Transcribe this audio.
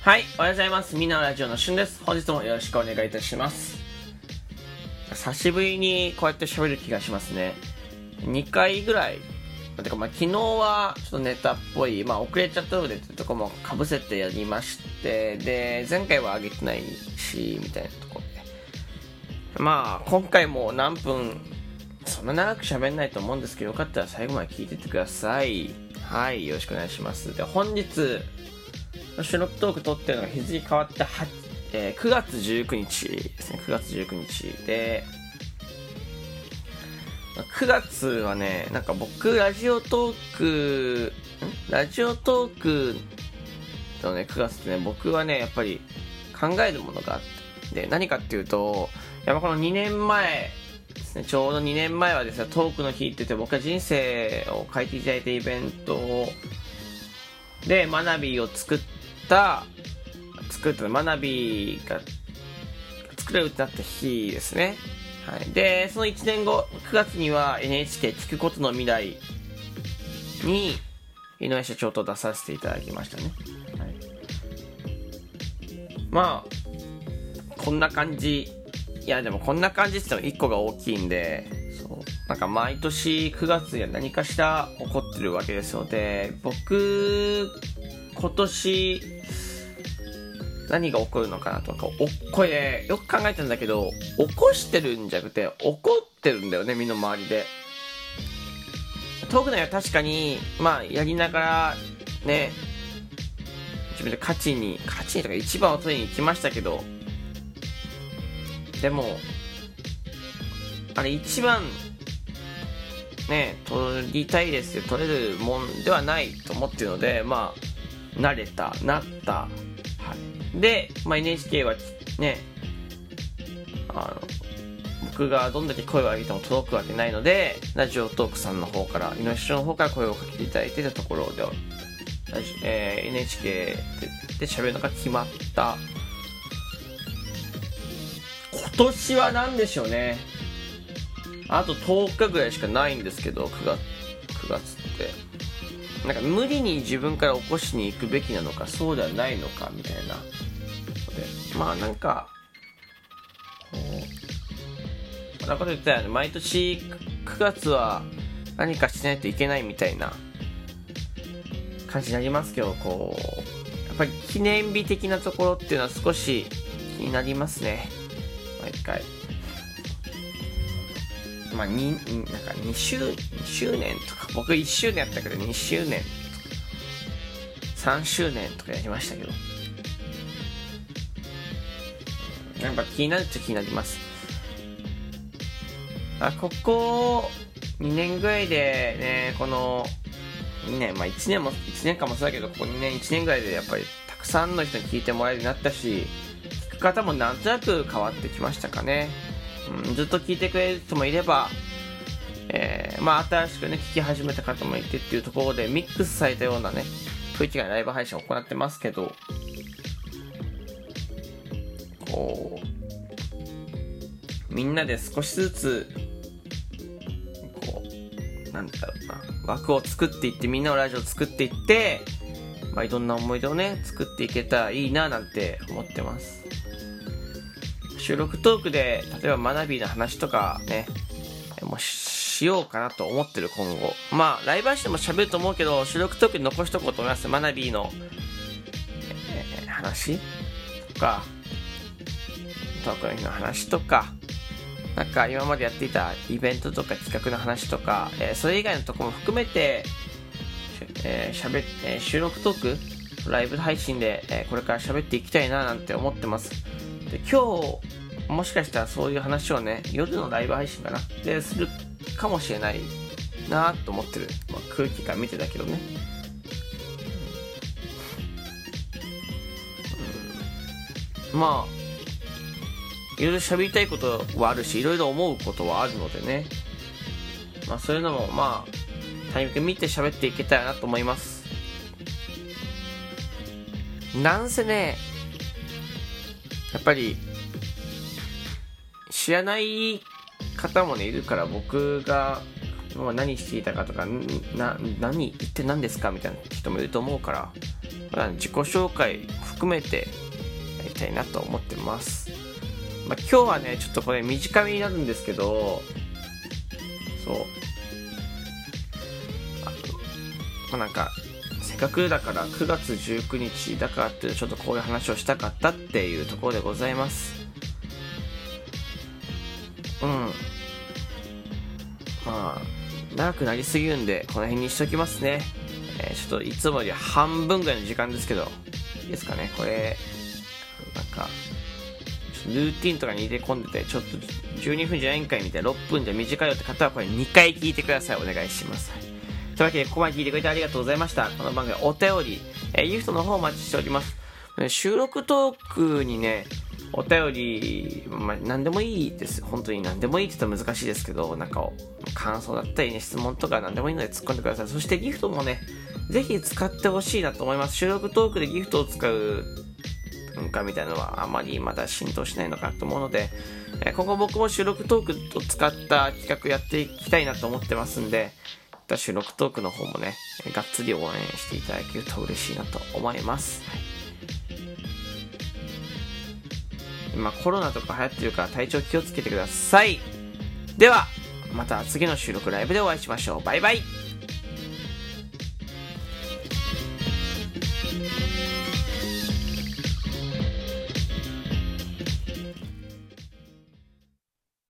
はい、おはようございます。みんなのラジオのしゅんです。本日もよろしくお願いいたします。久しぶりにこうやって喋る気がしますね。2回ぐらい。てか昨日はちょっとネタっぽい、遅れちゃったのでっていうところも被せてやりまして、で、前回は上げてないし、みたいなところで。今回も何分、そんな長く喋んないと思うんですけど、よかったら最後まで聞いてってください。はい、よろしくお願いします。で、本日、収録トーク撮ってるのが日付変わった9月19日ですね。9月19日で、9月はね、僕ラジオトークのね、9月ってね、僕はね、やっぱり考えるものがあって、で、何かっていうと、この2年前ですね、ちょうど2年前はですね、トークの日って言って僕は人生を変えていただいたイベントで、学びを作った学びが作れるってなった日ですね。はい。で、その1年後、9月には NHK 聞くことの未来に井上社長と出させていただきましたね。はい。こんな感じ。いや、でもこんな感じって言っても1個が大きいんで、毎年9月には何かしら起こってるわけですので、僕、今年、何が起こるのかなとか、これ、よく考えたんだけど、起こしてるんじゃなくて、起こってるんだよね、身の回りで。トーク内は確かに、やりながら、ね、自分で勝ちにとか一番を取りに行きましたけど、でも、あれ一番、ね、取りたいですよ、取れるもんではないと思ってるので、なった。はい。で、NHK はね、僕がどんだけ声を上げても届くわけないので、ラジオトークさんの方から、井上師匠の方から声をかけていただいていたところで、NHK で喋るのが決まった。今年は何でしょうね。あと10日ぐらいしかないんですけど、9月って。無理に自分から起こしに行くべきなのか、そうではないのか、みたいな。こんなこと言ったらね、毎年9月は何かしないといけないみたいな感じになりますけど、やっぱり記念日的なところっていうのは少し気になりますね。毎回。2周年とか、僕1周年やったけど2周年とか、3周年とかやりましたけど、やっぱ気になるっちゃ気になります。ここ2年ぐらいでね、この2年、1年間もそうだけど、ここ2年、1年ぐらいでやっぱりたくさんの人に聞いてもらえるようになったし、聞く方もなんとなく変わってきましたかね。ずっと聞いてくれる人もいれば、新しくね、聞き始めた方もいてっていうところで、ミックスされたようなね、雰囲気がライブ配信を行ってますけど、みんなで少しずつ、枠を作っていって、みんなのラジオを作っていって、いろんな思い出をね、作っていけたらいいななんて思ってます。収録トークで、例えば学びの話とかね、もうしようかなと思ってる今後。ライブ配信でも喋ると思うけど、収録トークに残しとこうと思います。学びの、話とか、トークの日の話とか、今までやっていたイベントとか企画の話とか、それ以外のところも含めて、収録トーク、ライブ配信で、これから喋っていきたいななんて思ってます。で、今日、もしかしたらそういう話をね、夜のライブ配信かなでするかもしれないなと思ってる。空気感見てたけどね。いろいろ喋りたいことはあるし、いろいろ思うことはあるのでね。そういうのもタイミング見て喋っていけたらなと思います。なんせね、やっぱり知らない方もねいるから、僕が何していたかとか、一体何ですかみたいな人もいると思うから、 自己紹介含めてやりたいなと思ってます。今日はね、ちょっとこれ短めになるんですけど、なんか、せっかくだから9月19日だからってちょっとこういう話をしたかったっていうところでございます。長くなりすぎるんで、この辺にしときますね。ちょっといつもより半分ぐらいの時間ですけど、いいですかね。これ、ルーティンとかに入れ込んでて、ちょっと12分じゃないんかいみたいな、6分じゃ短いよって方はこれ2回聞いてください。お願いします。というわけで、ここまで聞いてくれてありがとうございました。この番組はお便り、ギフトの方お待ちしております。収録トークにね、お便り、何でもいいです。本当に何でもいいって言ったら難しいですけど、感想だったりね、質問とか何でもいいので突っ込んでください。そしてギフトもね、ぜひ使ってほしいなと思います。収録トークでギフトを使う文化みたいなのはあまりまだ浸透しないのかと思うので、今後僕も収録トークを使った企画やっていきたいなと思ってますんで、収録トークの方もね、がっつり応援していただけると嬉しいなと思います。今コロナとか流行ってるから体調気をつけてください。ではまた次の収録ライブでお会いしましょう。バイバイ。